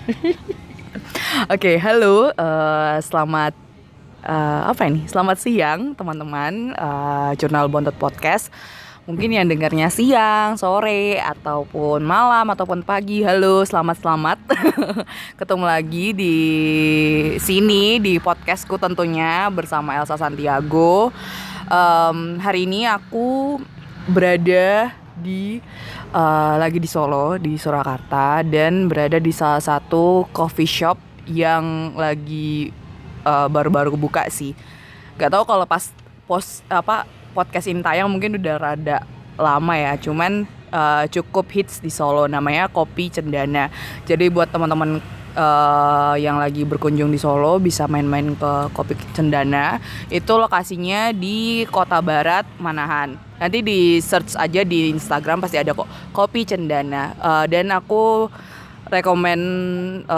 Oke, halo, selamat Selamat siang teman-teman Jurnal Bontot Podcast. Mungkin yang dengarnya siang, sore, ataupun malam, ataupun pagi. Halo, selamat ketemu lagi di sini di podcastku tentunya bersama Elsa Santiago. Hari ini aku berada lagi di Solo, di Surakarta, dan berada di salah satu coffee shop yang lagi baru-baru buka sih. Gak tahu kalau pas podcast ini tayang mungkin udah rada lama ya. Cuman cukup hits di Solo, namanya Kopi Cendana. Jadi buat teman-teman yang lagi berkunjung di Solo bisa main-main ke Kopi Cendana. Itu lokasinya di Kota Barat, Manahan. Nanti di search aja di Instagram pasti ada kok Kopi Cendana. Dan aku recommended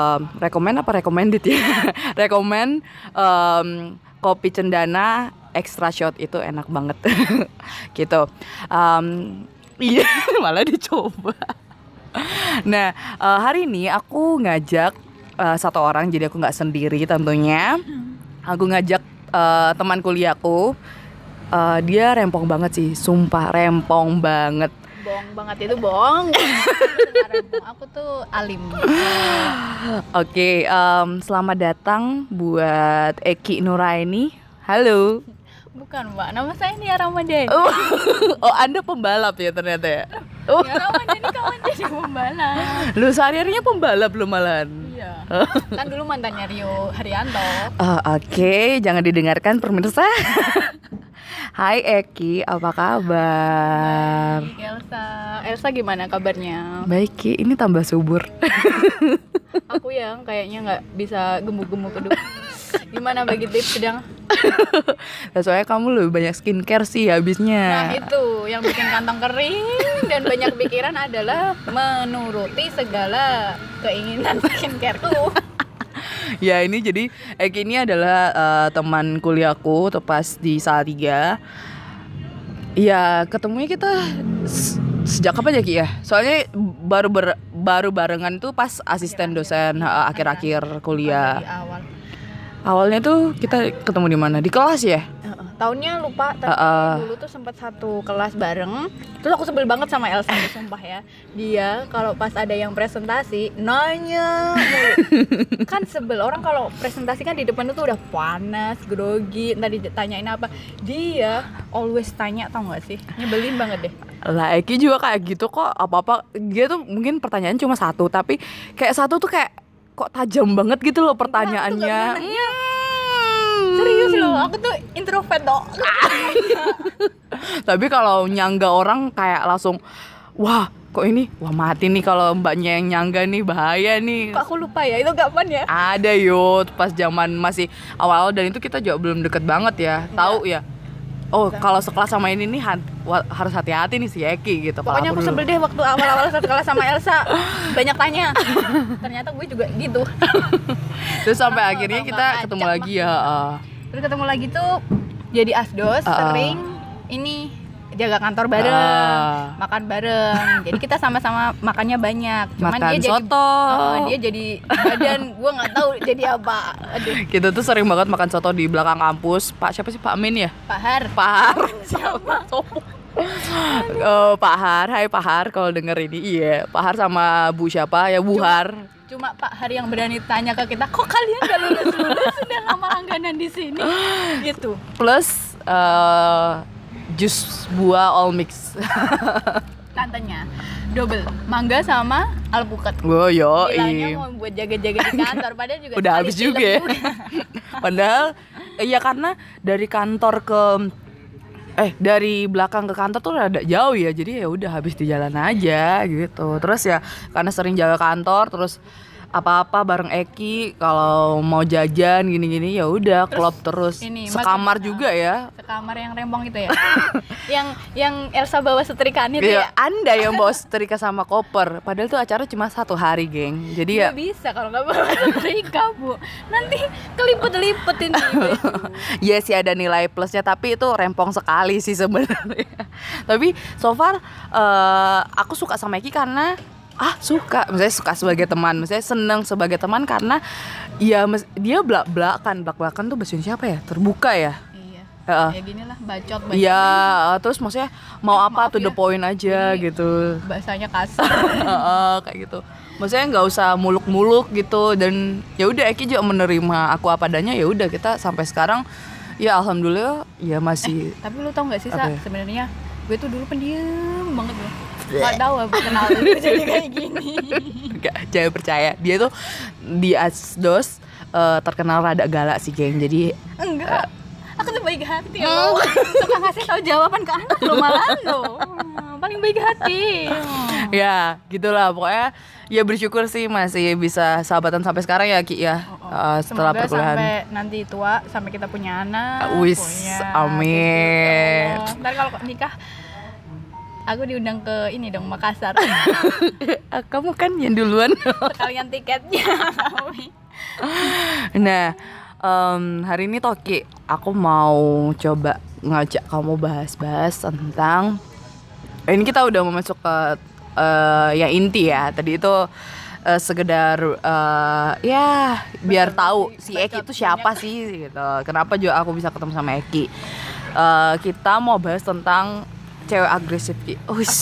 Kopi Cendana extra shot, itu enak banget. Gitu. Iya, malah dicoba. Nah, hari ini aku ngajak satu orang, jadi aku nggak sendiri tentunya. Aku ngajak teman kuliahku. Dia rempong banget sih, sumpah rempong banget. Bohong banget itu, bohong. Aku tuh alim. Oke, selamat datang buat Eki Nuraini. Halo. Bukan, Mbak. Nama saya Nia Ramadhani. Oh, Anda pembalap ya ternyata ya? Nia Ramadhani kawan jadi pembalap. Lu sehari-harinya pembalap lu malahan? Iya. Kan dulu mantannya Rio Haryanto. Oke, jangan didengarkan pemirsa. Hai Eki, apa kabar? Baik, Elsa gimana kabarnya? Baik Ki, ini tambah subur. Aku yang kayaknya nggak bisa gemuk-gemuk kedua. Gimana bagi tips sedang? Soalnya kamu lebih banyak skincare sih habisnya. Nah itu, yang bikin kantong kering dan banyak pikiran adalah menuruti segala keinginan skincareku. Ya ini jadi Eki ini adalah teman kuliahku tepas di Salatiga. Ya ketemunya kita sejak kapan ya Ki ya? Soalnya baru barengan tuh pas asisten dosen akhir-akhir kuliah. Di awal. Awalnya tuh kita ketemu di mana? Di kelas ya? Tahunnya lupa, tapi dulu tuh sempat satu kelas bareng. Terus aku sebel banget sama Elsa, sumpah ya. Dia kalau pas ada yang presentasi nanya mulu. Kan sebel, orang kalau presentasi kan di depan itu udah panas, grogi, entar ditanyain apa. Dia always tanya, tau gak sih? Nyebelin banget deh. Lah Eki juga kayak gitu kok, apa-apa. Dia tuh mungkin pertanyaan cuma satu, tapi kayak satu tuh kayak kok tajam banget gitu loh pertanyaannya. Serius loh, aku tuh introvert dong. Tapi kalau nyangga orang kayak langsung, wah kok ini, wah mati nih kalau mbaknya yang nyangga nih, bahaya nih. Kok aku lupa ya, itu kapan ya? Ada yuk, pas zaman masih awal, dan itu kita juga belum deket banget ya. Tahu ya. Oh kalau sekelas sama ini nih harus hati-hati nih si Eki gitu. Pokoknya aku sebel deh waktu awal-awal sekelas sama Elsa. Banyak tanya. Ternyata gue juga gitu. Terus sampai akhirnya kita ketemu lagi ya. Terus ketemu lagi tuh jadi asdos, sering ini jaga kantor bareng, makan bareng. Jadi kita sama-sama makannya banyak. Cuman makan dia soto. Dia jadi badan, gue nggak tahu jadi apa. Aduh. Kita tuh sering banget makan soto di belakang kampus. Pak siapa sih, Pak Amin ya? Pak Har. Siapa? Pak Har, hai Pak Har kalau denger ini. Iya, Pak Har sama Bu siapa ya, Bu Har. Cuma Pak Har yang berani tanya ke kita, kok kalian gak lulus sudah lama langganan di sini? Gitu. Plus jus buah all mix. Tantenya double, mangga sama alpukat. Oh yo, bilangnya mau buat jaga-jaga di kantor, padahal juga udah habis juga ya. Padahal ya karena dari kantor ke dari belakang ke kantor tuh rada jauh ya, jadi ya udah habis di jalan aja gitu. Terus ya karena sering jaga kantor, terus apa-apa bareng Eki, kalau mau jajan gini-gini ya udah klop terus. Ini, sekamar juga ya. Sekamar yang rempong itu ya. yang Elsa bawa setrikaan itu ya. Ya. Anda yang bawa setrika sama koper. Padahal tuh acara cuma 1 hari, geng. Jadi nggak bisa kalau nggak bawa setrika, Bu. Nanti kelipet-lipetin gitu. Iya sih ada nilai plusnya, tapi itu rempong sekali sih sebenarnya. Tapi so far aku suka sama Eki karena suka, misalnya suka sebagai teman, misalnya seneng sebagai teman karena ya dia belak-belakan tuh bahasa Indonesia apa ya, terbuka ya. Ya gini lah, bacot. Iya, terus maksudnya mau apa to the point aja gitu. Bahasanya kasar. Kayak gitu. Maksudnya nggak usah muluk-muluk gitu, dan ya udah Eki juga menerima aku apa adanya. Ya udah, kita sampai sekarang ya alhamdulillah ya masih. Tapi lu tau nggak sih Sa, sebenarnya gue tuh dulu pendiam banget loh. Gak tahu apa kenal lu jadi kayak gini. Jangan percaya, dia tuh di Asdos terkenal rada galak sih geng. Jadi enggak. Aku tuh baik hati loh. Suka ngasih tahu jawaban ke anak lo, malah lo paling baik hati. Ya gitulah pokoknya. Ya bersyukur sih masih bisa sahabatan sampai sekarang ya Ki ya. Setelah semoga perkuliahan sampai nanti tua, sampai kita punya anak. Wis, amin. Ntar kalau nikah aku diundang ke ini dong, Makassar. Kamu kan yang duluan. Sekalian tiketnya. Nah, hari ini Toki, aku mau coba ngajak kamu bahas-bahas tentang ini kita udah mau masuk ke yang inti ya. Tadi itu sekedar ya biar tahu si Eki itu siapa sih gitu. Kenapa juga aku bisa ketemu sama Eki. Kita mau bahas tentang cewek agresif Ki.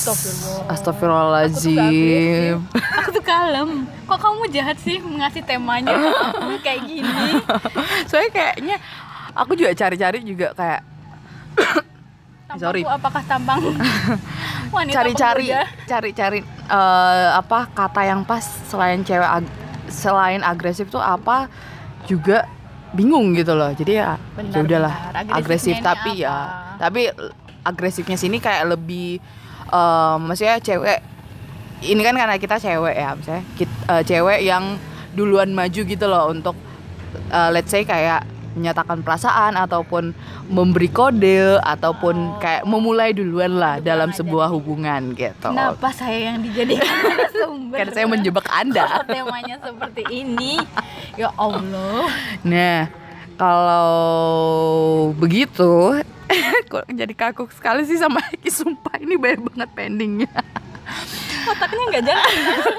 Astagfirullahaladzim. Aku tuh kalem. Kok kamu jahat sih ngasih temanya aku kayak gini? Soalnya kayaknya aku juga cari-cari juga kayak Tampangku apakah tampang wanita cari-cari apa kata yang pas selain agresif tuh apa, juga bingung gitu loh. Jadi ya udahlah agresif tapi agresifnya sini kayak lebih maksudnya cewek ini kan karena kita cewek ya, misalnya cewek yang duluan maju gitu loh untuk let's say kayak menyatakan perasaan ataupun memberi kode ataupun kayak memulai duluan lah dalam sebuah hubungan gitu. Kenapa saya yang dijadikan sumber? Karena saya menjebak Anda. Temanya seperti ini. Ya Allah. Nah, kalau begitu kok jadi kaku sekali sih sama Eki, sumpah ini banyak banget pendingnya. Otaknya nggak jalan.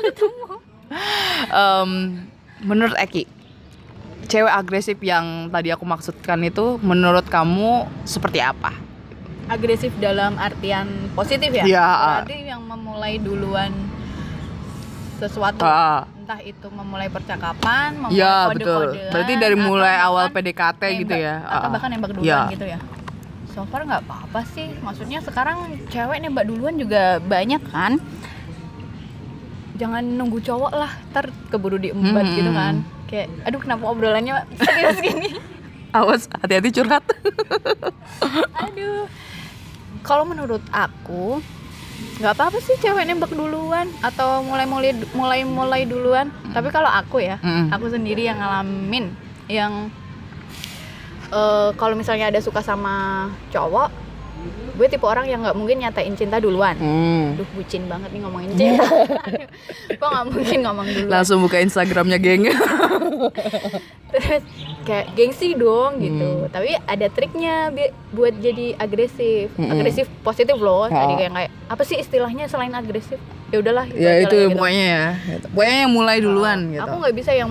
Menurut Eki, cewek agresif yang tadi aku maksudkan itu menurut kamu seperti apa? Agresif dalam artian positif ya? Ya. Berarti yang memulai duluan sesuatu. Entah itu memulai percakapan, memulai ya, kode-kodean. Betul. Berarti dari mulai awal PDKT gitu ya. Atau bahkan nembak duluan gitu ya. So far nggak apa-apa sih. Maksudnya sekarang cewek nembak duluan juga banyak kan. Jangan nunggu cowok lah, ntar keburu diembat gitu kan. Kayak, aduh kenapa obrolannya serius gini. Awas, hati-hati curhat. Aduh. Kalau menurut aku, nggak apa-apa sih cewek nembak duluan atau mulai duluan. Tapi kalau aku ya, aku sendiri yang ngalamin yang kalau misalnya ada suka sama cowok, gue tipe orang yang nggak mungkin nyatain cinta duluan. Duh, bucin banget nih ngomongin cinta. Kok nggak mungkin ngomong duluan? Langsung buka Instagramnya geng. Terus kayak gengsi dong gitu. Tapi ada triknya buat jadi agresif. Agresif positif loh. Tadi kayak apa sih istilahnya selain agresif? Ya udahlah. Ya itu gitu. pokoknya ya. Pokoknya yang mulai duluan gitu. Aku nggak bisa yang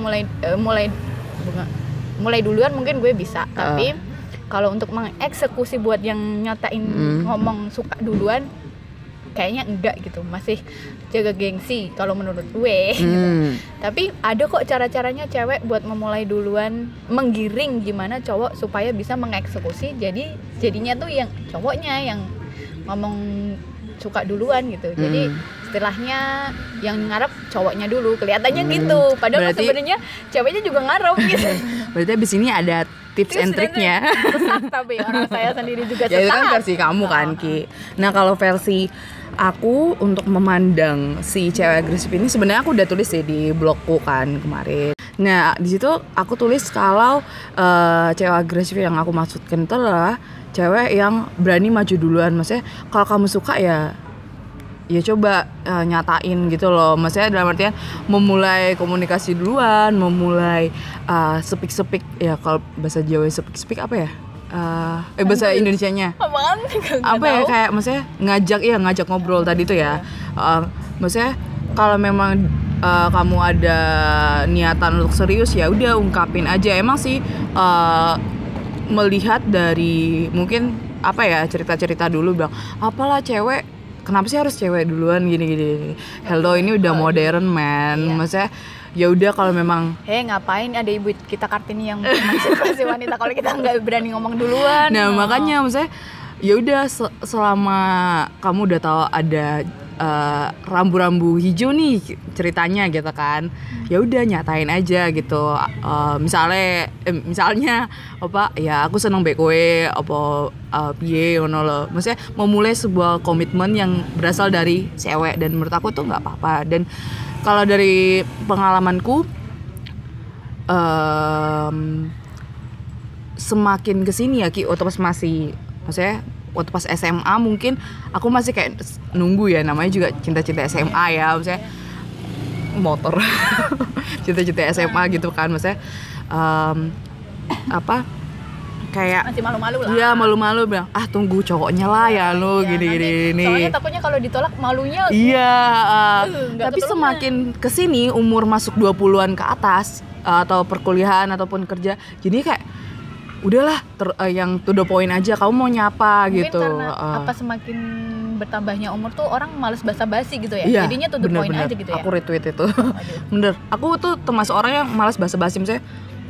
mulai duluan, mungkin gue bisa. Tapi kalau untuk mengeksekusi buat yang nyatain ngomong suka duluan, kayaknya enggak gitu. Masih jaga gengsi kalau menurut gue gitu. Tapi ada kok cara-caranya cewek buat memulai duluan, menggiring gimana cowok supaya bisa mengeksekusi. Jadinya tuh yang cowoknya yang ngomong suka duluan gitu. Jadi istilahnya yang ngarep cowoknya dulu, kelihatannya gitu. Padahal sebenarnya ceweknya juga ngarep gitu. Berarti abis ini ada tips and triknya. Sesat, tapi orang saya sendiri juga sesat. Ya itu kan versi kamu kan Ki. Nah kalau versi aku untuk memandang si cewek agresif ini, sebenarnya aku udah tulis sih di blogku kan kemarin. Nah di situ aku tulis kalau cewek agresif yang aku maksudkan itu adalah cewek yang berani maju duluan. Maksudnya kalau kamu suka ya coba nyatain gitu loh. Maksudnya dalam artian memulai komunikasi duluan, memulai sepik-sepik ya, kalau bahasa Jawa sepik-sepik apa ya? Bahasa Indonesianya Apaan? apa ya, kayak maksudnya ngajak ngobrol tadi tuh ya. Maksudnya kalau memang kamu ada niatan untuk serius ya udah ungkapin aja. Emang sih melihat dari mungkin apa ya, cerita-cerita dulu bilang apalah cewek, kenapa sih harus cewek duluan gini. Hello, ini udah modern man. Iya. Maksudnya ya udah kalau memang ngapain ada ibu kita Kartini yang masih wanita kalau kita nggak berani ngomong duluan. nah makanya maksudnya ya udah selama kamu udah tahu ada rambu-rambu hijau nih ceritanya gitu kan, ya udah nyatain aja gitu. Misalnya apa ya, aku seneng mbek kowe apa piye ngono lho. Maksudnya memulai sebuah komitmen yang berasal dari cewek, dan menurut aku tuh nggak apa-apa. Dan kalau dari pengalamanku semakin kesini ya Ki, waktu pas waktu pas SMA mungkin aku masih kayak nunggu ya, namanya juga cinta-cinta SMA ya, maksudnya motor cinta-cinta SMA gitu kan, maksudnya apa kayak masih malu-malu lah. Iya, malu-malu bilang tunggu cowoknya lah ya lo gini. Soalnya takutnya kalau ditolak malunya. Iya, tapi keturunan. semakin kesini umur masuk 20-an ke atas atau perkuliahan ataupun kerja, jadi kayak udahlah yang to the point aja, kamu mau nyapa. Mungkin gitu. Karena apa semakin bertambahnya umur tuh orang malas basa-basi gitu ya. Iya, jadinya to the point bener. aja gitu ya. Aku retweet itu. Bener. Aku tuh termasuk orang yang malas basa-basi, misalnya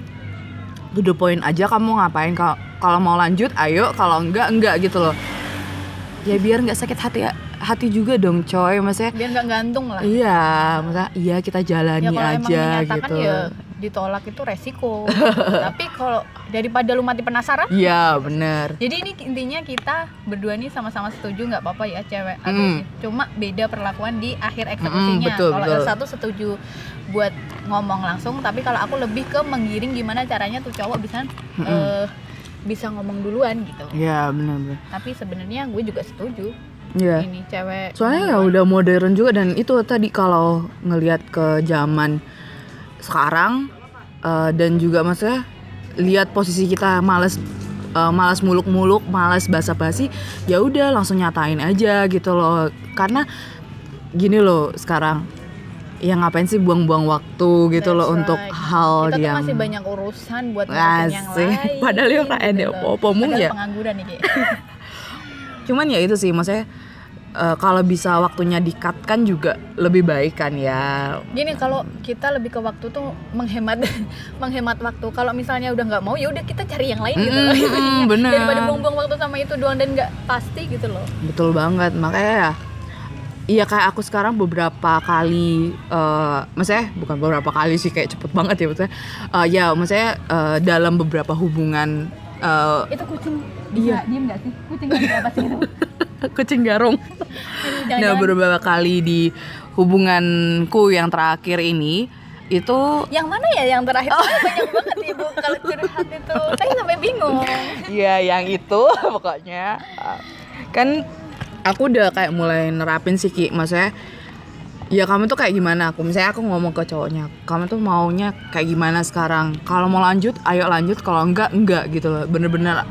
to the point aja, kamu ngapain, kalau mau lanjut ayo, kalau enggak gitu loh. Ya biar nggak sakit hati juga dong coy, maksudnya biar nggak gantung lah. Iya, maksudnya iya kita jalani ya, kalau aja emang menyatakan gitu. Ya ditolak itu resiko. Tapi kalau daripada lu mati penasaran. Iya bener. Jadi ini intinya kita berdua nih sama-sama setuju nggak apa-apa ya cewek atau cuma beda perlakuan di akhir eksekusinya. Kalau yang satu setuju buat ngomong langsung, tapi kalau aku lebih ke menggiring gimana caranya tuh cowok bisa ngomong duluan gitu. Iya benar. Tapi sebenarnya gue juga setuju. Iya. Ini cewek. Soalnya ya udah modern juga, dan itu tadi kalau ngelihat ke zaman sekarang dan juga maksudnya lihat posisi kita malas muluk-muluk, malas basa-basi, ya udah langsung nyatain aja gitu loh. Karena gini loh sekarang, ya ngapain sih buang-buang waktu gitu. That's loh right. Untuk hal kita yang tuh masih banyak urusan buat ngurusin yang lain. Padahal yang ada apa-apa ya. Pengangguran nih. Cuman ya itu sih maksudnya. Kalau bisa waktunya di-cut kan juga lebih baik kan ya. Gini, kalau kita lebih ke waktu tuh menghemat waktu. Kalau misalnya udah nggak mau, ya udah kita cari yang lain gitu loh. Bener. Daripada buang-buang waktu sama itu doang dan nggak pasti gitu loh. Betul banget, makanya ya. Iya kayak aku sekarang beberapa kali, maksudnya bukan beberapa kali sih, kayak cepet banget ya maksudnya. Ya maksudnya dalam beberapa hubungan. Itu kucing bisa diem nggak sih? Kucing apa sih itu? Kucing garong. Nah beberapa kali di hubunganku yang terakhir ini itu. Yang mana ya yang terakhir? Banyak banget ibu kalau curhat itu. Saya sampai bingung. Iya yang itu pokoknya. Kan aku udah kayak mulai nerapin sih Ki, maksudnya ya kamu tuh kayak gimana, misalnya aku ngomong ke cowoknya, kamu tuh maunya kayak gimana sekarang, kalau mau lanjut ayo lanjut, kalau enggak gitu loh. Bener-bener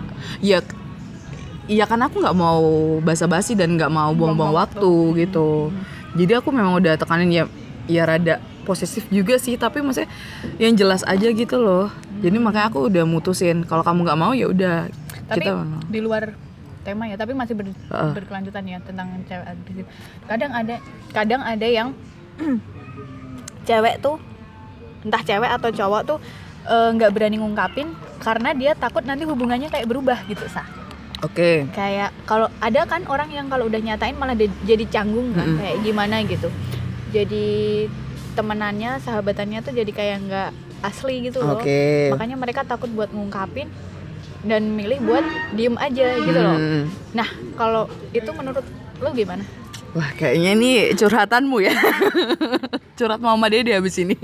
ya kan aku nggak mau basa-basi dan nggak mau buang-buang waktu gitu. Jadi aku memang udah tekanin ya rada posesif juga sih, tapi maksudnya yang jelas aja gitu loh. Jadi makanya aku udah mutusin kalau kamu nggak mau ya udah. Tapi kita di luar tema ya, tapi masih berkelanjutan ya tentang cewek agresif. Kadang ada yang cewek tuh, entah cewek atau cowok tuh nggak berani ngungkapin karena dia takut nanti hubungannya kayak berubah gitu Oke. Kayak kalau ada kan orang yang kalau udah nyatain malah jadi canggung kan, kayak gimana gitu. Jadi temenannya, sahabatannya tuh jadi kayak nggak asli gitu loh. Makanya mereka takut buat ngungkapin dan milih buat diem aja gitu loh. Nah kalau itu menurut lo gimana? Wah kayaknya ini curhatanmu ya. Curhat Mama Dede abis ini.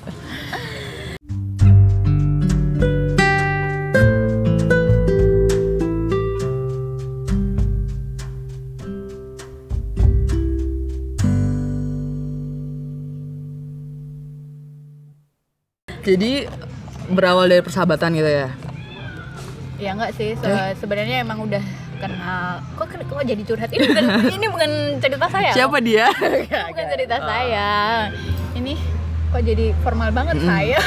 Jadi berawal dari persahabatan gitu ya? Ya enggak sih, sebenarnya emang udah kenal. Kok jadi curhat? Ini bukan cerita saya. Siapa dia? Bukan cerita saya. Ini kok jadi formal banget saya.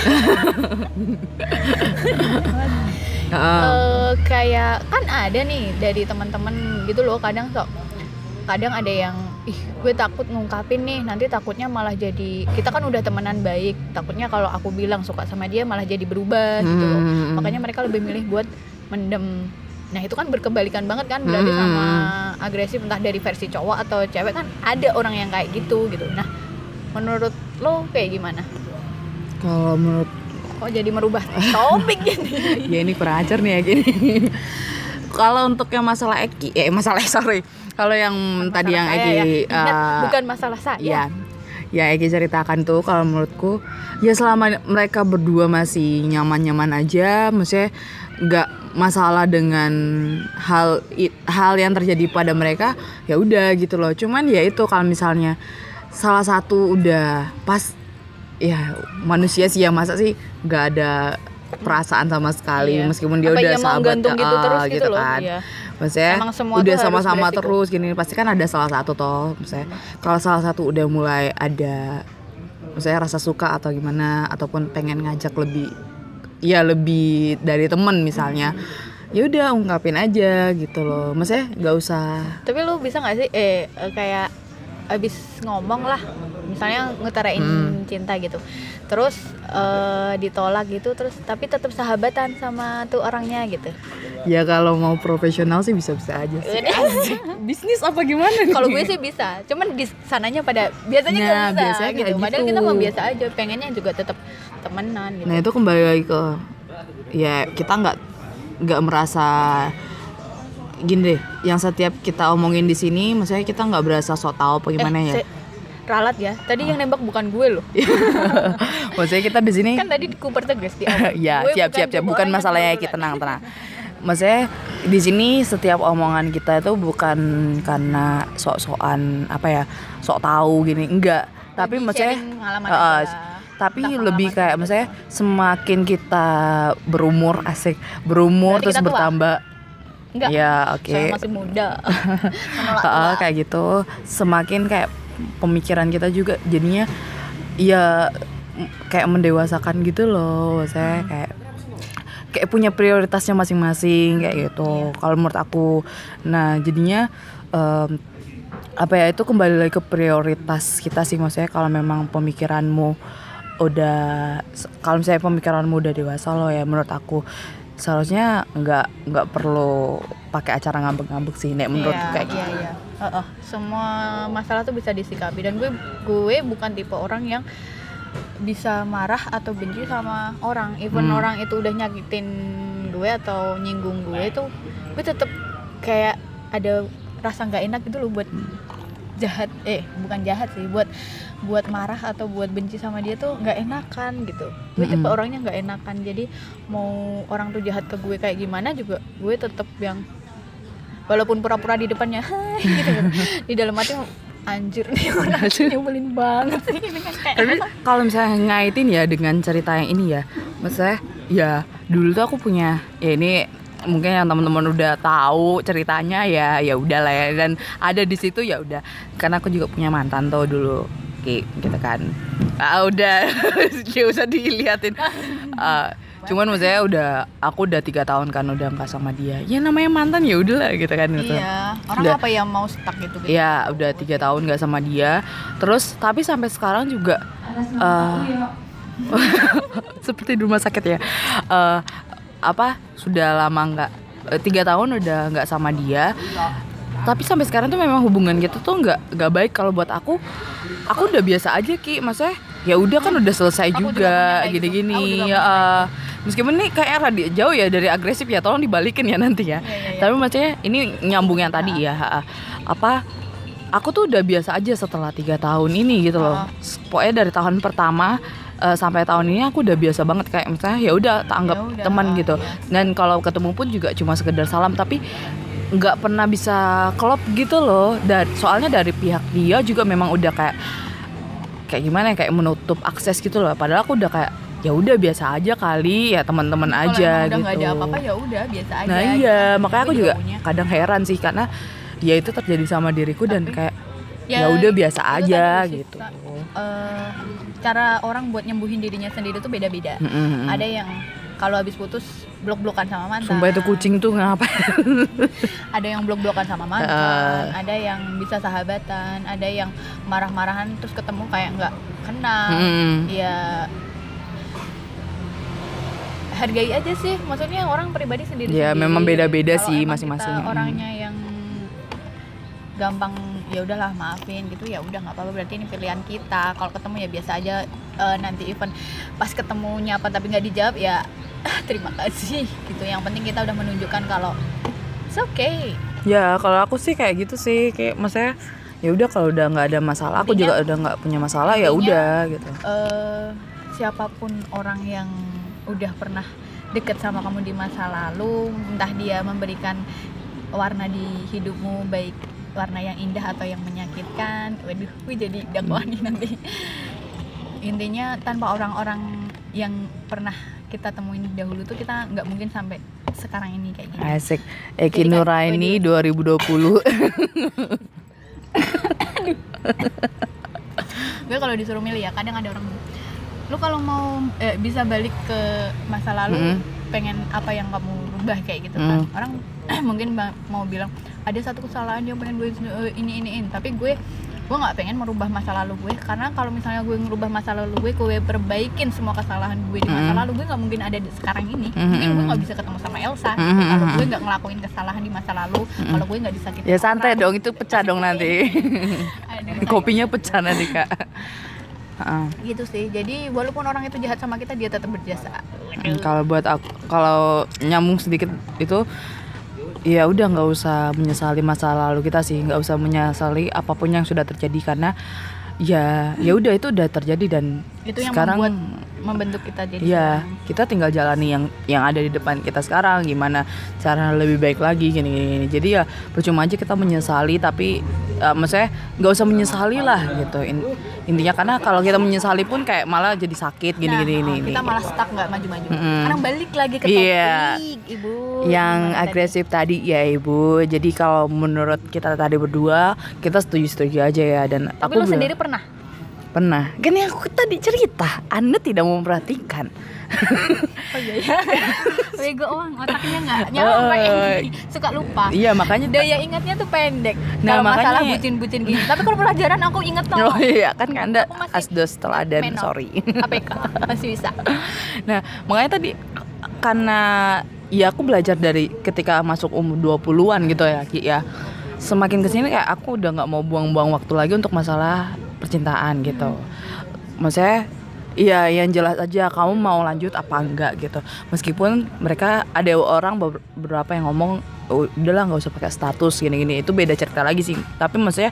Kayak kan ada nih dari teman-teman gitu loh, kadang ada yang gue takut ngungkapin nih, nanti takutnya malah jadi, kita kan udah temenan baik, takutnya kalau aku bilang suka sama dia malah jadi berubah gitu loh. Makanya mereka lebih milih buat mendem. Nah itu kan berkebalikan banget kan, berarti sama agresif, entah dari versi cowok atau cewek, kan ada orang yang kayak gitu. Nah menurut lo kayak gimana? Kalau menurut, kok jadi merubah topik gini? ya ini kurang ajar nih ya gini. Kalau untuk yang masalah Eki, kalau yang masalah tadi yang Eki, bukan masalah saya. Ya Eki ceritakan tuh, kalau menurutku ya selama mereka berdua masih nyaman-nyaman aja, maksudnya nggak masalah dengan hal yang terjadi pada mereka, ya udah gitu loh. Cuman ya itu, kalau misalnya salah satu udah pas, ya manusia sih ya, masa sih nggak ada perasaan sama sekali, meskipun dia udah sahabat gitu kan. Iya. Maksudnya udah sama-sama terus gini, pasti kan ada salah satu toh. Misalnya kalau salah satu udah mulai ada, misalnya rasa suka atau gimana, ataupun pengen ngajak lebih dari temen misalnya, ya udah ungkapin aja gitu loh. Maksudnya nggak usah. Tapi lu bisa nggak sih kayak abis ngomong lah, misalnya ngutarain cinta gitu, terus ditolak gitu, terus tapi tetap sahabatan sama tuh orangnya gitu? Ya kalau mau profesional sih bisa-bisa aja sih. Bisnis apa gimana? Kalau gue sih bisa, cuman di sananya pada biasanya nggak bisa biasanya gitu. Padahal kita mau biasa aja, pengennya juga tetap temenan gitu. Nah itu kembali lagi ke, ya kita nggak merasa gini deh, yang setiap kita omongin di sini, maksudnya kita nggak berasa sok tahu apa gimana ya. Ralat ya, tadi yang nembak bukan gue loh. Maksudnya kita di sini kan tadi Cooper tegas di awal. Ya siap, bukan masalahnya kita tenang. Maksudnya di sini setiap omongan kita itu bukan karena sok-sokan sok tahu gini, enggak. Tapi maksudnya tapi lebih kayak maksudnya semakin kita berumur terus bertambah. Enggak. Ya oke. Saya masih muda. Kayak gitu, semakin kayak pemikiran kita juga jadinya ya kayak mendewasakan gitu loh. Saya kayak punya prioritasnya masing-masing kayak gitu. Kalau menurut aku, nah jadinya itu kembali lagi ke prioritas kita sih. Maksudnya kalau memang pemikiranmu udah dewasa loh, ya menurut aku seharusnya nggak perlu pakai acara ngambek-ngambek sih, menurut kayak gitu. Iya. Semua masalah tuh bisa disikapi, dan gue bukan tipe orang yang bisa marah atau benci sama orang, even orang itu udah nyakitin gue atau nyinggung gue, itu gue tetap kayak ada rasa nggak enak gitu loh, buat bukan jahat sih, buat marah atau buat benci sama dia tuh nggak enakan gitu. Gue tipe orangnya nggak enakan, jadi mau orang tuh jahat ke gue kayak gimana juga, gue tetap yang walaupun pura-pura di depannya gitu, di dalam hati anjir nih orang nyebelin banget sih ini kan. Tapi kalau misalnya ngaitin ya dengan cerita yang ini ya, maksudnya ya dulu tuh aku punya, ya ini mungkin yang teman-teman udah tahu ceritanya, ya udahlah ya, dan ada di situ ya udah, karena aku juga punya mantan tuh dulu gitu kan. Udah nggak usah dilihatin. Cuman maksudnya aku udah 3 tahun kan udah nggak sama dia, ya namanya mantan ya udahlah gitu kan. Iya, orang udah, apa yang mau stuck gitu. Ya udah 3 tahun nggak sama dia, terus tapi sampai sekarang juga seperti di rumah sakit ya, sudah lama nggak, 3 tahun udah nggak sama dia, tapi sampai sekarang tuh memang hubungan kita tuh nggak baik. Kalau buat aku udah biasa aja Ki, maksudnya ya udah kan udah selesai juga gini-gini. Meskipun ini kayak rada jauh ya dari agresif ya, tolong dibalikin ya nanti ya. Tapi maksudnya ini nyambung yang tadi ya. Aku tuh udah biasa aja setelah 3 tahun ini gitu loh. Pokoknya dari tahun pertama sampai tahun ini aku udah biasa banget, kayak misalnya ya udah tak anggap teman gitu. Dan kalau ketemu pun juga cuma sekedar salam, tapi nggak pernah bisa klop gitu loh. Dan soalnya dari pihak dia juga memang udah kayak gimana ya, kayak menutup akses gitu loh. Padahal aku udah kayak ya udah biasa aja kali ya teman-teman Kalau aja emang udah gitu. nggak ada apa-apa ya udah biasa aja. Nah gitu iya, kan. makanya aku Gue juga punya. kadang heran sih karena ya itu terjadi sama diriku dan Tapi, kayak ya udah biasa itu aja tadi, gitu. Cara orang buat nyembuhin dirinya sendiri tuh beda-beda. Ada yang kalau habis putus blok-blokan sama mantan. Sumpah itu kucing tuh ngapain? Ada yang blok-blokan sama mantan, ada yang bisa sahabatan, ada yang marah-marahan terus ketemu kayak nggak kenal. Ya hargai aja sih, maksudnya orang pribadi sendiri. Ya memang beda-beda sih emang masing-masing. kita orangnya yang gampang ya udahlah maafin gitu, ya udah nggak apa-apa, berarti ini pilihan kita. Kalau ketemu ya biasa aja, nanti event pas ketemunya apa tapi nggak dijawab ya terima kasih gitu. Yang penting kita udah menunjukkan kalau it's okay. Ya kalau aku sih kayak gitu sih, kayak maksudnya ya udah kalau udah nggak ada masalah, aku juga udah nggak punya masalah ya udah gitu. Siapapun orang yang udah pernah deket sama kamu di masa lalu, entah dia memberikan warna di hidupmu, baik warna yang indah atau yang menyakitkan, waduh gue jadi dakwah nih nanti. Intinya tanpa orang-orang yang pernah kita temuin dahulu tuh kita nggak mungkin sampai sekarang ini kayak gini. Asik. Eki Nuraini 2020. Gue kalau disuruh milih ya, kadang ada orang, lu kalau mau bisa balik ke masa lalu, pengen apa yang kamu rubah kayak gitu kan. Orang mungkin mau bilang ada satu kesalahan yang pengen gue iniin, tapi gue nggak pengen merubah masa lalu gue, karena kalau misalnya gue ngerubah masa lalu gue perbaikin semua kesalahan gue di masa lalu, gue nggak mungkin ada di sekarang ini. Mungkin gue nggak bisa ketemu sama Elsa kalau gue nggak ngelakuin kesalahan di masa lalu, kalau gue nggak disakitin. Ya santai dong, itu pecah dong nanti. Aduh, Kopinya pecah nanti kak. Gitu sih. Jadi walaupun orang itu jahat sama kita, dia tetap berjasa. Kalau buat aku, kalau nyambung sedikit itu, ya udah nggak usah menyesali masa lalu kita sih, nggak usah menyesali apapun yang sudah terjadi, karena ya udah itu udah terjadi dan itu yang sekarang membentuk kita jadi ya kita tinggal jalani yang ada di depan kita sekarang, gimana cara lebih baik lagi gini. Jadi ya percuma aja kita menyesali, tapi maksudnya nggak usah menyesali lah gitu intinya, karena kalau kita menyesali pun kayak malah jadi sakit gini. Kita malah stuck nggak maju-maju. Sekarang balik lagi ke topik ibu yang agresif tadi ya ibu. Jadi kalau menurut kita tadi berdua, kita setuju aja ya. Dan tapi lu sendiri pernah kan yang aku tadi cerita, Anda tidak mau memperhatikan. Oh iya ya. Bego otaknya nggak nyampe, suka lupa. Iya makanya daya ingatnya tuh pendek. Nah, kalau masalah makanya bucin-bucin gini. Tapi kalau pelajaran aku inget tuh. Oh iya kan Anda asdos teladan, sorry. APK masih bisa. Nah makanya tadi karena ya aku belajar dari ketika masuk umur 20-an gitu ya Ki ya. Semakin kesini kayak aku udah nggak mau buang-buang waktu lagi untuk masalah percintaan gitu. Maksudnya iya yang jelas aja kamu mau lanjut apa enggak gitu. Meskipun mereka ada orang beberapa yang ngomong udahlah nggak usah pakai status gini-gini, itu beda cerita lagi sih. Tapi maksudnya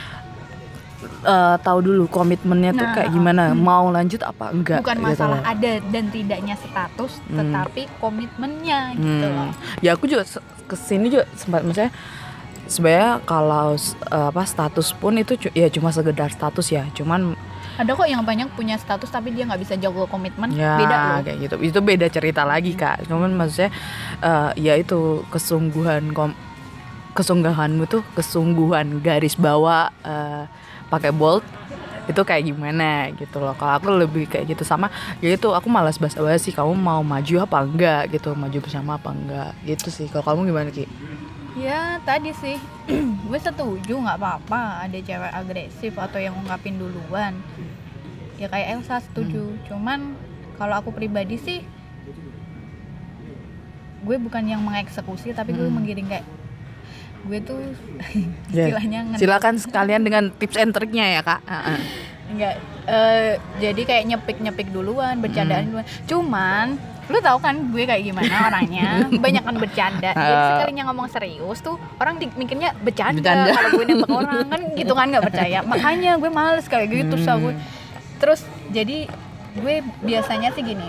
tahu dulu komitmennya tuh kayak gimana, mau lanjut apa enggak. Bukan gitu masalah loh. ada dan tidaknya status, tetapi komitmennya gitu loh. Ya aku juga kesini juga sempat maksudnya sebenarnya kalau status pun itu ya cuma sekedar status ya, cuman ada kok yang banyak punya status tapi dia nggak bisa jaga komitmen, ya, beda loh kayak gitu, itu beda cerita lagi kak. Cuman maksudnya ya itu kesungguhanmu tuh kesungguhan garis bawah pakai bold itu kayak gimana gitu loh. Kalau aku lebih kayak gitu, sama ya itu aku malas basa-basi kamu mau maju apa enggak gitu, maju bersama apa enggak gitu sih. Kalau kamu gimana Ki? Ya tadi sih gue setuju, nggak apa-apa ada cewek agresif atau yang ungkapin duluan, ya kayak Elsa setuju. Cuman kalau aku pribadi sih, gue bukan yang mengeksekusi, tapi gue menggiring kayak gue tuh istilahnya silakan sekalian dengan tips and triknya ya kak. Enggak, jadi kayak nyepik duluan, bercandaan duluan. Cuman lu tahu kan gue kayak gimana orangnya, banyakan bercanda. Jadi sekalinya ngomong serius tuh orang mikirnya bercanda. Kalau gue nembak orang kan gitu kan, nggak percaya. Makanya gue males kayak gitu gue. Terus jadi gue biasanya sih gini,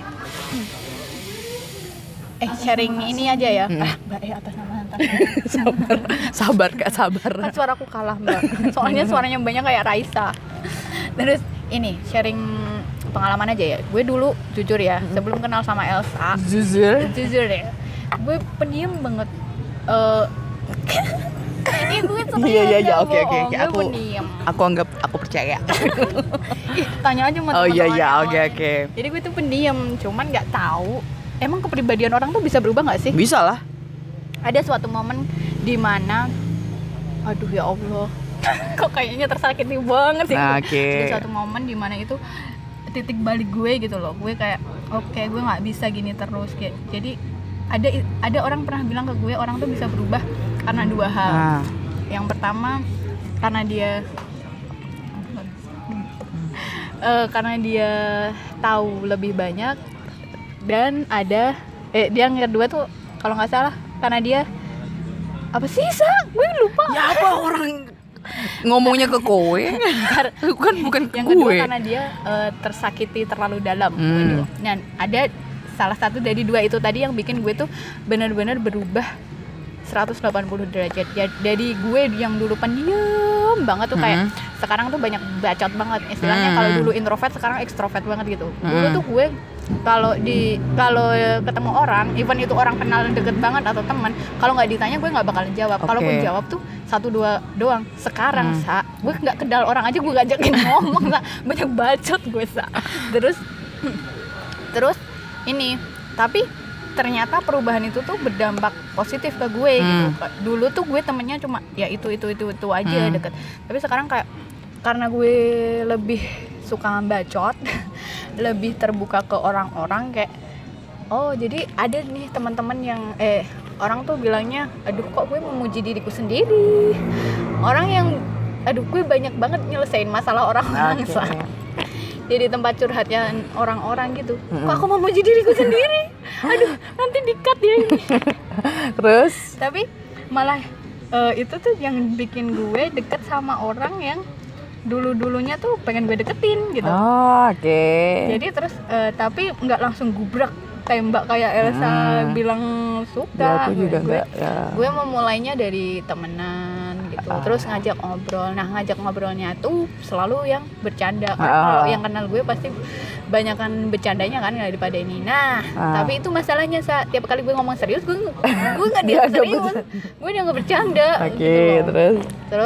sharing ini aja ya. Mbak atas nama Hantar. sabar kak, sabar. Kan suaraku kalah mbak, soalnya suaranya banyak kayak Raisa. Terus ini sharing pengalaman aja ya. Gue dulu jujur ya, sebelum kenal sama Elsa, jujur ya, gue pendiam banget. Ih, gue Iya, oke. gue pendiam. Aku percaya. Ih, tanya aja sama Oh teman-teman. iya, oke. Jadi gue tuh pendiam, cuman nggak tahu emang kepribadian orang tuh bisa berubah nggak sih? Bisa lah. Ada suatu momen di mana, aduh ya Allah, kok kayaknya tersakiti banget sih. Nah, oke. Ada suatu momen di mana itu titik balik gue gitu loh. Gue kayak oke, gue nggak bisa gini terus kayak. Jadi ada orang pernah bilang ke gue, orang tuh bisa berubah karena dua hal. Yang pertama karena dia tahu lebih banyak, dan dia yang kedua tuh kalau nggak salah karena dia apa sih gue lupa. Ya apa orang ngomongnya ke kowe? bukan ke yang gue. kedua karena dia tersakiti terlalu dalam. Dan ada salah satu dari dua itu tadi yang bikin gue tuh benar-benar berubah 180 derajat. Dari gue yang dulu pendiam banget tuh kayak sekarang tuh banyak bacot banget istilahnya. Kalau dulu introvert sekarang ekstrovert banget gitu. Dulu tuh gue kalau ketemu orang, even itu orang kenal deket banget atau teman, kalau nggak ditanya gue nggak bakalan jawab. Kalaupun jawab tuh 1-2 doang. Sekarang gue nggak kenal orang aja gue ngajakin ngomong, banyak bacot gue terus ini. Tapi ternyata perubahan itu tuh berdampak positif ke gue gitu. Dulu tuh gue temennya cuma ya itu aja deket. Tapi sekarang kayak karena gue lebih suka bacot, lebih terbuka ke orang-orang kayak jadi ada nih teman-teman yang orang tuh bilangnya aduh kok gue memuji diriku sendiri. Orang yang gue banyak banget nyelesain masalah orang-orang. Jadi tempat curhatnya orang-orang gitu. Kok aku memuji diriku sendiri? Aduh, nanti di-cut ya ini. Terus? Tapi malah itu tuh yang bikin gue deket sama orang yang dulu-dulunya tuh pengen gue deketin gitu. Oke. Jadi terus tapi nggak langsung gubrak tembak kayak Elsa bilang suka. Ya, aku juga enggak ya. Gue memulainya dari temenan gitu. Terus ngajak ngobrol. Nah, ngajak ngobrolnya tuh selalu yang bercanda. Kalau yang kenal gue pasti banyakan bercandanya kan daripada ini. Nah, tapi itu masalahnya tiap kali gue ngomong serius gue nggak dianggap serius. Gue dianggap bercanda. Oke, gitu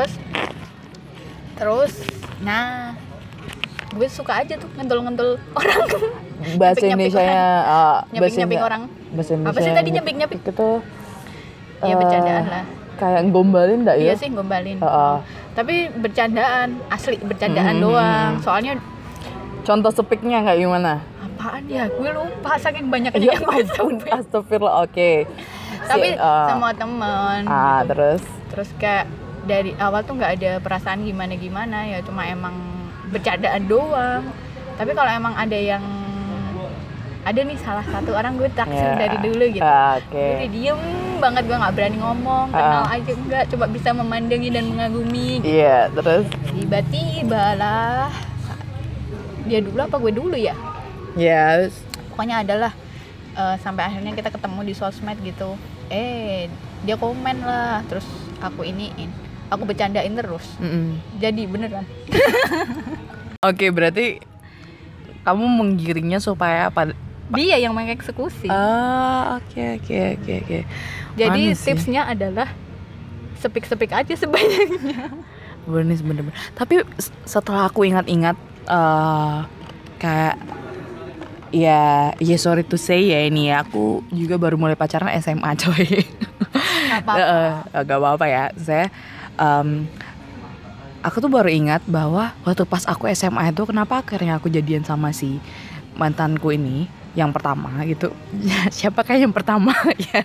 terus nah gue suka aja tuh ngentul orang. Bahasa Indonesianya nyapik orang. Bahasa Indonesia. Apa sih tadi nyapik-nyapik? Itu ya bercandaan lah. Kayak gombalin enggak ya? Iya sih gombalin. Tapi bercandaan, asli bercandaan doang. Soalnya contoh sepiknya kayak gimana? Apaan ya? Gue lupa saking banyaknya yang gue sebut. Astagfirullah. Oke. Tapi sama teman. Terus kayak dari awal tuh nggak ada perasaan gimana ya, cuma emang bercandaan doang. Tapi kalau emang ada nih salah satu orang gue taksir dari dulu gitu. Gue diem banget, gue nggak berani ngomong, kenal aja enggak, coba bisa memandangi dan mengagumi. Iya, terus tiba-tiba lah dia dulu apa gue dulu ya? Yes. Pokoknya adalah sampai akhirnya kita ketemu di sosmed gitu. Dia komen lah, terus aku bercandain terus. Jadi beneran. Oke, berarti kamu menggiringnya supaya apa? Dia yang mengeksekusi. Oke. Jadi tipsnya adalah sepik-sepik aja sebanyak-nya. Bener. Tapi setelah aku ingat-ingat kayak ya sorry to say ya ini ya, aku juga baru mulai pacaran SMA coy. Gak apa-apa ya. Aku tuh baru ingat bahwa waktu pas aku SMA itu kenapa akhirnya aku jadian sama si mantanku ini yang pertama gitu. Siapa kayak yang pertama ya?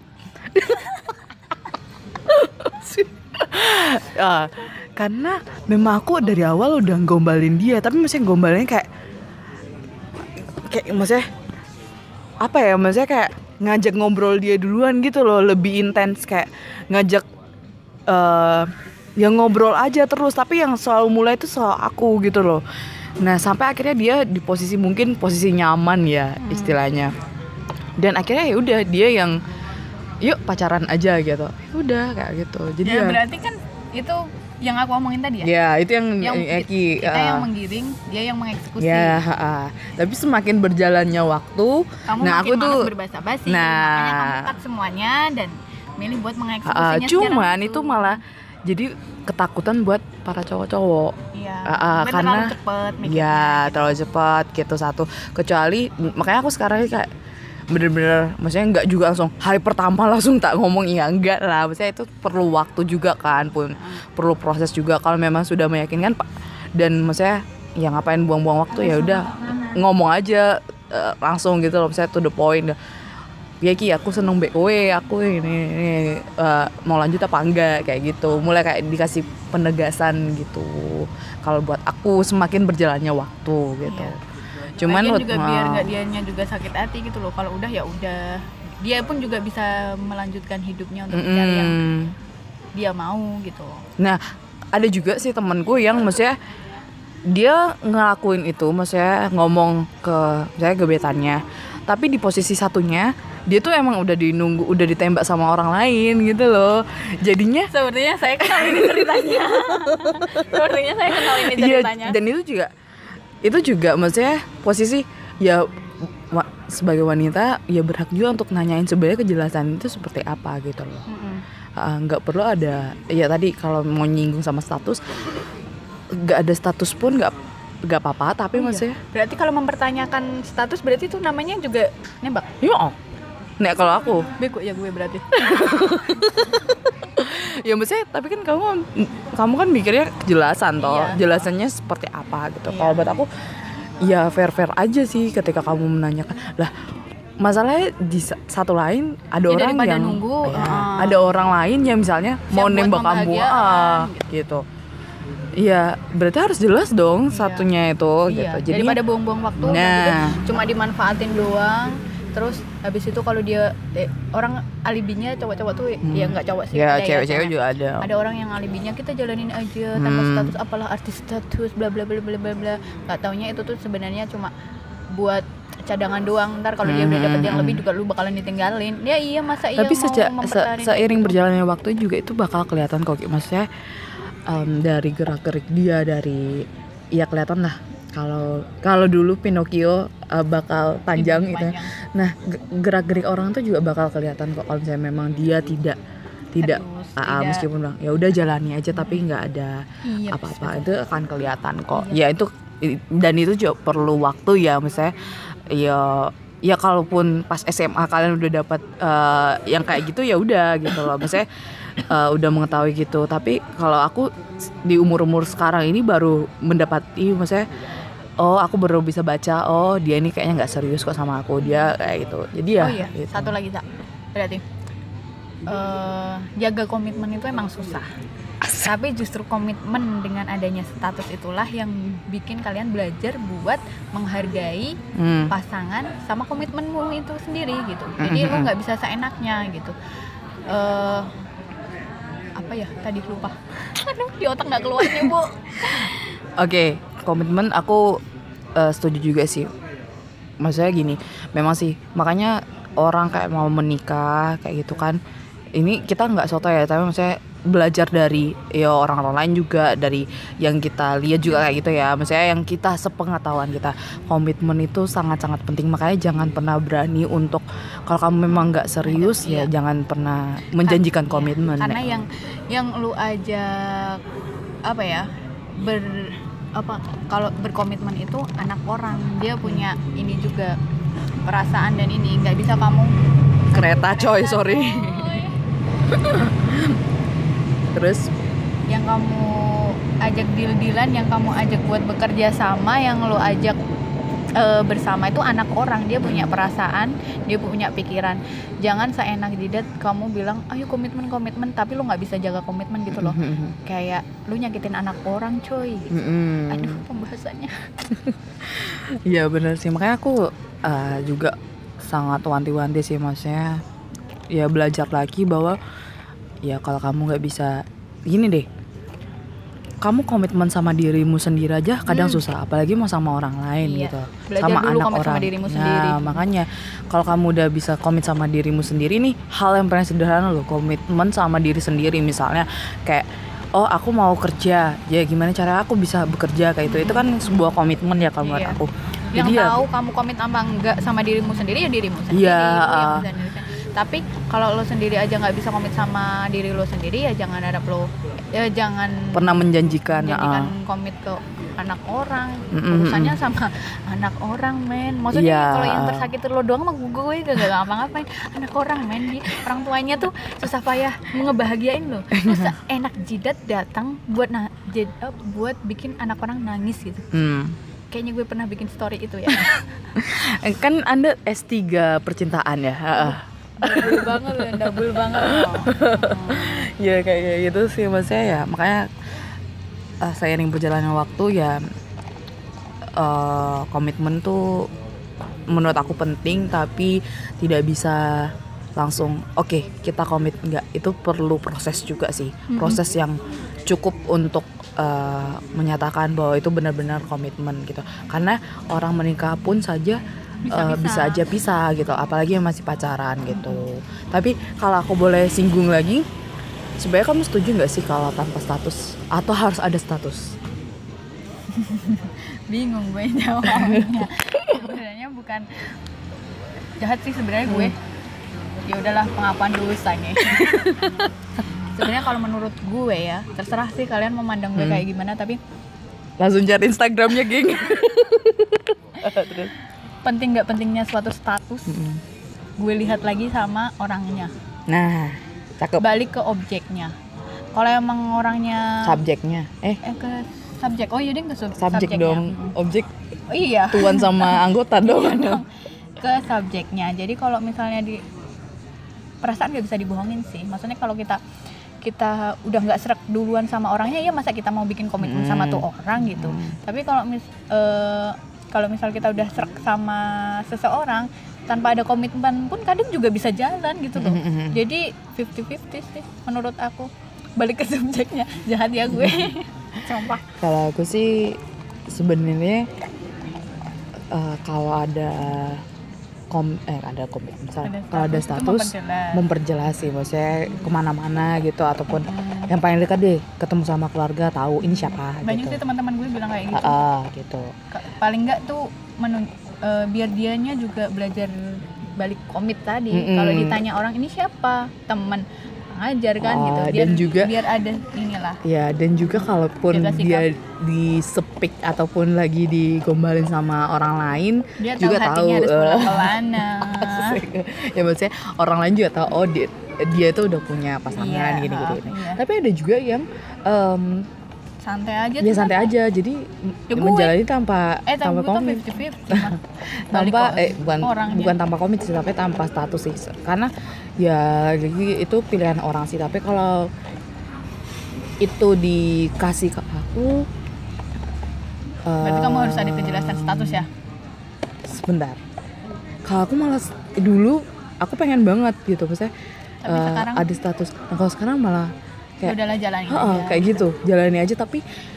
Karena memang aku dari awal udah gombalin dia, tapi maksudnya gombalinnya kayak maksudnya apa ya? Maksudnya kayak ngajak ngobrol dia duluan gitu loh, lebih intens kayak ngajak yang ngobrol aja terus, tapi yang selalu mulai itu selalu aku gitu loh. Nah sampai akhirnya dia di posisi mungkin posisi nyaman ya istilahnya, dan akhirnya ya udah dia yang yuk pacaran aja gitu. Udah kayak gitu. Jadi ya berarti kan Itu yang aku omongin tadi ya. Ya, itu yang Eki. Kita yang menggiring, dia yang mengeksekusi. Ya, tapi semakin berjalannya waktu, kamu makin malas berbasa-basi. Makanya kamu cut semuanya dan milih buat mengeksekusinya. Cuman itu malah jadi ketakutan buat para cowok-cowok. Iya. Karena terlalu cepet mikirnya. Ya, terlalu cepat gitu satu. Kecuali makanya aku sekarang kayak bener-bener, maksudnya nggak juga langsung hari pertama langsung tak ngomong, ya enggak lah, maksudnya itu perlu waktu juga kan, perlu proses juga. Kalau memang sudah meyakinkan dan maksudnya ya ngapain buang-buang waktu, ya udah ngomong aja langsung gitu loh, maksudnya to the point. Ya Ki, aku seneng BKW, aku ini mau lanjut apa enggak, kayak gitu. Mulai kayak dikasih penegasan gitu. Kalau buat aku semakin berjalannya waktu gitu. Iya. Cuman juga biar nggak dianya juga sakit hati gitu loh. Kalau udah ya udah, dia pun juga bisa melanjutkan hidupnya untuk mencari yang dia mau gitu. Nah, ada juga sih temanku yang maksudnya dia ngelakuin itu, maksudnya ngomong ke saya gebetannya, tapi di posisi satunya dia tuh emang udah ditembak sama orang lain gitu loh. Jadinya sepertinya saya kenal ini ceritanya. Iya, dan itu juga maksudnya posisi ya sebagai wanita ya berhak juga untuk nanyain sebenarnya kejelasan itu seperti apa gitu loh. Nggak perlu ada ya tadi kalau mau nyinggung sama status, nggak ada status pun nggak apa-apa, tapi maksudnya berarti kalau mempertanyakan status berarti itu namanya juga nembak. Iya. Nek kalau aku bego ya gue berarti. Ya maksudnya tapi kan kamu kan mikirnya kejelasan toh. Iya. Jelasannya seperti apa gitu. Iya. Kalau buat aku ya fair aja sih ketika kamu menanyakan. Lah masalahnya di satu lain ada orang yang nunggu, ada orang lain yang misalnya siap mau nembak kamu gitu. Iya, berarti harus jelas dong satunya itu gitu. Jadi daripada buang-buang waktu cuma dimanfaatin doang. Terus habis itu kalau dia orang alibinya cowok-cowok tuh ya nggak cowok sih, ya cewek-cewek juga ada. Ada orang yang alibinya kita jalanin aja tanpa status, apalah artis status bla bla bla bla bla bla. Nggak taunya itu tuh sebenarnya cuma buat cadangan doang. Ntar kalau dia udah dapet yang lebih juga lu bakalan ditinggalin. Ya iya masa iya. Tapi seiring berjalannya waktu juga itu bakal kelihatan kok, maksudnya dari gerak-gerik dia, dari ya kelihatan lah. Kalau dulu Pinocchio bakal panjang gitu. Nah, gerak-gerik orang tuh juga bakal kelihatan kok kalau misalnya memang dia tidak meskipun bilang ya udah jalani aja tapi nggak ada apa-apa, itu akan kelihatan kok. Ya itu, dan itu juga perlu waktu ya, misalnya ya kalaupun pas SMA kalian udah dapat yang kayak gitu ya udah gitu loh, misalnya udah mengetahui gitu. Tapi kalau aku di umur sekarang ini baru mendapati, maksudnya aku baru bisa baca, dia ini kayaknya nggak serius kok sama aku, dia kayak gitu. Jadi ya gitu. Satu lagi Zak, berarti jaga komitmen itu emang susah. Tapi justru komitmen dengan adanya status itulah yang bikin kalian belajar buat menghargai pasangan sama komitmenmu itu sendiri gitu. Jadi lu nggak bisa seenaknya gitu. Apa ya tadi lupa. Aduh, di otak nggak keluar nih Bu. Oke, komitmen aku setuju juga sih. Maksudnya gini, memang sih makanya orang kayak mau menikah kayak gitu kan. Ini kita nggak soto ya, tapi maksudnya belajar dari ya orang-orang lain juga, dari yang kita lihat juga kayak gitu ya. Maksudnya yang kita sepengetahuan kita, komitmen itu sangat-sangat penting. Makanya jangan pernah berani untuk, kalau kamu memang nggak serius ya jangan pernah menjanjikan komitmen. Karena yang lu ajak apa ya kalau berkomitmen itu anak orang, dia punya ini juga perasaan dan ini nggak bisa kamu kereta coy. Terus yang kamu ajak deal-dealan, yang kamu ajak buat bekerja sama, yang lo ajak bersama itu anak orang, dia punya perasaan, dia punya pikiran. Jangan seenak jidat kamu bilang ayo komitmen tapi lo nggak bisa jaga komitmen gitu loh. Kayak lo nyakitin anak orang coy. Aduh pembahasannya. Iya benar sih, makanya aku juga sangat wanti-wanti sih, maksudnya ya belajar lagi bahwa ya kalau kamu nggak bisa gini deh, kamu komitmen sama dirimu sendiri aja kadang susah, apalagi mau sama orang lain gitu. Belajar sama dulu anak komit orang sama dirimu sendiri. Makanya kalau kamu udah bisa komit sama dirimu sendiri nih, hal yang paling sederhana loh, komitmen sama diri sendiri. Misalnya kayak oh aku mau kerja, ya gimana cara aku bisa bekerja kayak itu kan sebuah komitmen ya kalau menurut aku. Yang Jadi tahu kamu komit apa enggak sama dirimu sendiri ya dirimu sendiri. Iya, Itu yang bisa dirimu. Tapi kalau lo sendiri aja nggak bisa komit sama diri lo sendiri ya jangan harap lo jangan pernah menjanjikan komit ke anak orang. Urusannya sama anak orang, men. Maksudnya Iya. kalau yang tersakiti lo doang mah gue gak ngapa-ngapain. Anak orang, men. Orang tuanya tuh susah payah ngebahagiain lo. Terus enak jidat datang buat bikin anak orang nangis gitu. Kayaknya gue pernah bikin story itu ya. Kan Anda S3 percintaan ya. Double banget. Ya kayak gitu sih maksudnya ya. Makanya seiring berjalannya waktu ya komitmen tuh menurut aku penting, tapi tidak bisa langsung oke, kita komit. Enggak, itu perlu proses juga sih. Proses yang cukup untuk menyatakan bahwa itu benar-benar komitmen gitu. Karena orang menikah pun saja bisa aja pisah gitu, apalagi yang masih pacaran gitu. Tapi kalau aku boleh singgung lagi, sebenarnya kamu setuju nggak sih kalau tanpa status atau harus ada status? Bingung gue jawabnya. Sebenarnya bukan jahat sih sebenarnya gue. Ya udahlah, pengakuan dosa nih. Sebenarnya kalau menurut gue ya, terserah sih kalian mau mandang gue kayak gimana, tapi langsung cari Instagramnya, geng. Terus penting nggak pentingnya suatu status, gue lihat lagi sama orangnya. Nah, cakep. Balik ke objeknya. Kalau emang orangnya Subjeknya, ke subjek. Oh iya deh, ke subjek subjeknya. dong. Objek Oh iya. tuan sama anggota dong. Ke subjeknya. Jadi kalau misalnya di perasaan nggak bisa dibohongin sih. Maksudnya kalau kita udah nggak serak duluan sama orangnya, ya masa kita mau bikin komitmen sama tuh orang gitu. Tapi kalau misal kita udah serak sama seseorang tanpa ada komitmen pun kadang juga bisa jalan gitu loh. Jadi 50-50 sih menurut aku. Balik ke subjeknya, jahat ya gue. Sumpah. Kalau aku sih sebenarnya kalau ada misalnya kalau ada status memperjelas sih, maksudnya kemana-mana gitu, ataupun yang paling dekat deh ketemu sama keluarga, tahu ini siapa. Banyak gitu. sih teman-teman gue bilang kayak gitu. Gitu. Paling nggak tuh biar dianya juga belajar balik komit tadi. Kalau ditanya orang ini siapa, teman, ajar kan gitu. Biar ada inilah. Ya, dan juga kalaupun dia disepik ataupun lagi digombalin sama orang lain, dia juga tahu hatinya harus kemana. Ya maksudnya orang lain juga tahu, oh dia itu udah punya pasangan gini. Tapi ada juga yang santai aja. Ya santai aja, jadi menjalani tanpa komit. Bukan tanpa komit sih, tapi tanpa status sih. Karena ya itu pilihan orang sih. Tapi kalau itu dikasih ke aku, berarti kamu harus ada kejelasan status ya. Sebentar. Kalau aku malah dulu aku pengen banget gitu, maksudnya sekarang ada status. Nah, kalau sekarang malah kayak udahlah jalani aja. Kayak gitu, jalani aja, tapi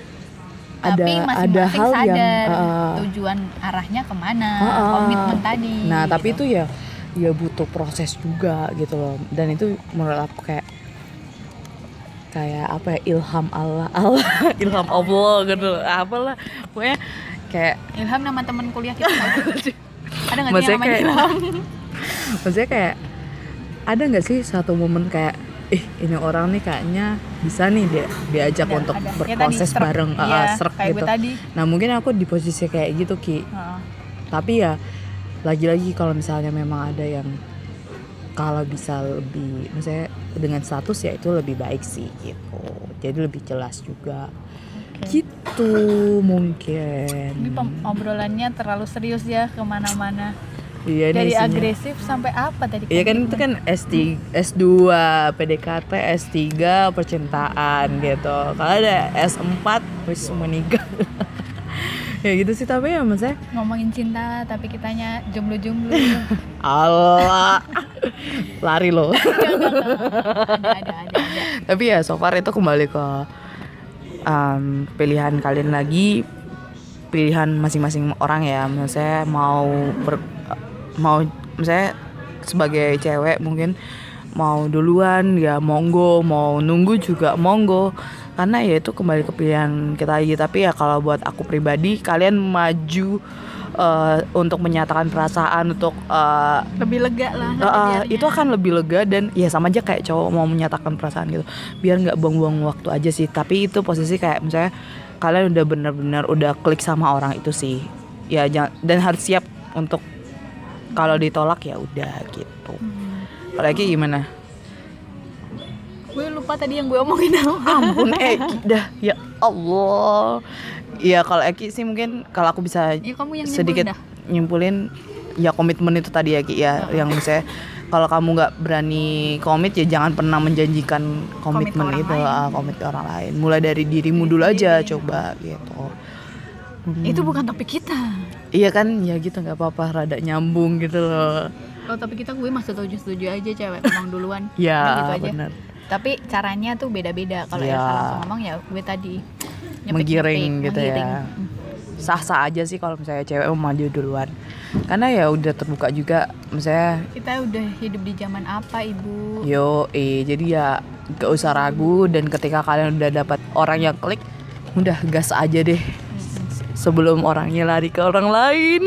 ada hal sadar yang tujuan arahnya kemana, komitmen tadi. Nah, gitu. tapi itu ya butuh proses juga gitu loh. Dan itu menurut aku kayak apa ya, ilham Allah ilham Allah gitu loh. Apalah pokoknya kayak Ilham nama teman kuliah kita. Ada nggak sih maksudnya namanya kayak Ilham? Maksudnya kayak ada nggak sih satu momen kayak ini orang nih kayaknya bisa nih diajak untuk berproses ya, bareng, kayak gitu. gue tadi. Nah mungkin aku di posisi kayak gitu Ki. Tapi ya lagi-lagi kalau misalnya memang ada yang kalau bisa lebih, misalnya dengan status ya itu lebih baik sih gitu. Jadi lebih jelas juga. Gitu mungkin. Ini obrolannya terlalu serius ya kemana-mana. Iya, dari isinya agresif sampai apa tadi? Iya kan itu kan S2 PDKT, S3 percintaan gitu. Kalau ada S4 wis menikah. Ya gitu sih, tapi ya maksudnya ngomongin cinta tapi kitanya jomblo-jomblo. Allah. Lari loh. Ada. Tapi ya so far itu kembali ke pilihan kalian lagi, pilihan masing-masing orang ya. Maksudnya mau misalnya sebagai cewek mungkin mau duluan ya monggo, mau nunggu juga monggo, karena ya itu kembali ke pilihan kita lagi. Tapi ya kalau buat aku pribadi, kalian maju untuk menyatakan perasaan, untuk Lebih lega lah itu akan lebih lega, dan ya sama aja kayak cowok mau menyatakan perasaan gitu, biar nggak buang-buang waktu aja sih. Tapi itu posisi kayak misalnya kalian udah benar-benar udah klik sama orang itu sih ya, dan harus siap untuk kalau ditolak ya udah gitu. Kalau Eki gimana? Gue lupa tadi yang gue omongin apa. Ampun Eki dah, ya Allah. Ya kalau Eki sih mungkin kalau aku bisa Ya, kamu yang sedikit nyimpulin ya komitmen itu tadi ya Ki ya, yang misalnya kalau kamu nggak berani komit ya jangan pernah menjanjikan komitmen Komit ke itu, orang lain. komit ke orang lain. Mulai dari dirimu dulu aja, coba gitu. Itu bukan topik kita. Iya kan, ya gitu, nggak apa-apa, rada nyambung gitu loh. Kalau topik kita gue masih setuju aja cewek ngomong duluan. Ya Udah gitu aja. benar. Tapi caranya tuh beda-beda. Kalau Ya. Elsa langsung ngomong ya gue tadi Menggiring gitu menggiring. ya. Sah-sah aja sih kalau misalnya cewek mau maju duluan, karena ya udah terbuka juga misalnya. Kita udah hidup di zaman apa, Ibu? Jadi ya gak usah ragu, dan ketika kalian udah dapat orang yang klik, udah gas aja deh sebelum orangnya lari ke orang lain.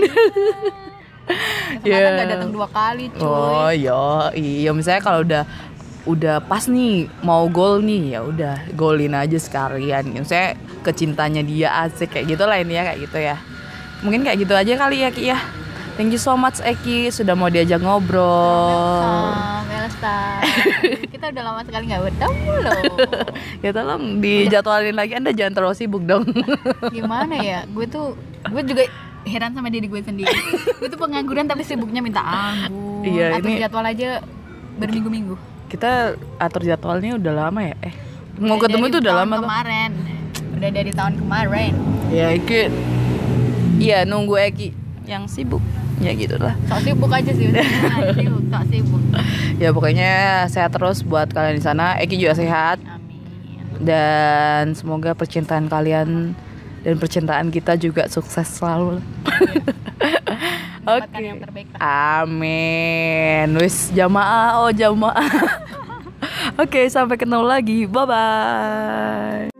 Kesempatan gak datang 2 kali, cuy. Oh iya, misalnya kalau udah pas nih mau gol nih, ya udah golin aja sekalian. Misalnya kecintanya dia asik kayak gitu lah, ini ya kayak gitu ya. Mungkin kayak gitu aja kali ya Ki ya. Thank you so much Eki sudah mau diajak ngobrol. Elsa. Kita udah lama sekali gak bertemu loh. Ya tolong dijadwalin lagi, Anda jangan terlalu sibuk dong. Gimana ya? Gue juga heran sama diri gue sendiri. Gue tuh pengangguran tapi sibuknya minta ampun. Iya, Atur ini- jadwal aja berminggu-minggu. Kita atur jadwalnya udah lama ya. Mau Udah ketemu dari itu udah tahun lama tuh. kemarin. Udah dari tahun kemarin. Ya Eki. Iya, nunggu Eki yang sibuk. Ya gitulah. Sok sibuk aja sih udah. Sibuk, sok sibuk. Ya pokoknya sehat terus buat kalian di sana. Eki juga sehat, Amin. dan semoga percintaan kalian dan percintaan kita juga sukses selalu. Dapatkan yang terbaik lah. Amin. Wis jamaah, jamaah. Oke, sampai ketemu lagi. Bye bye.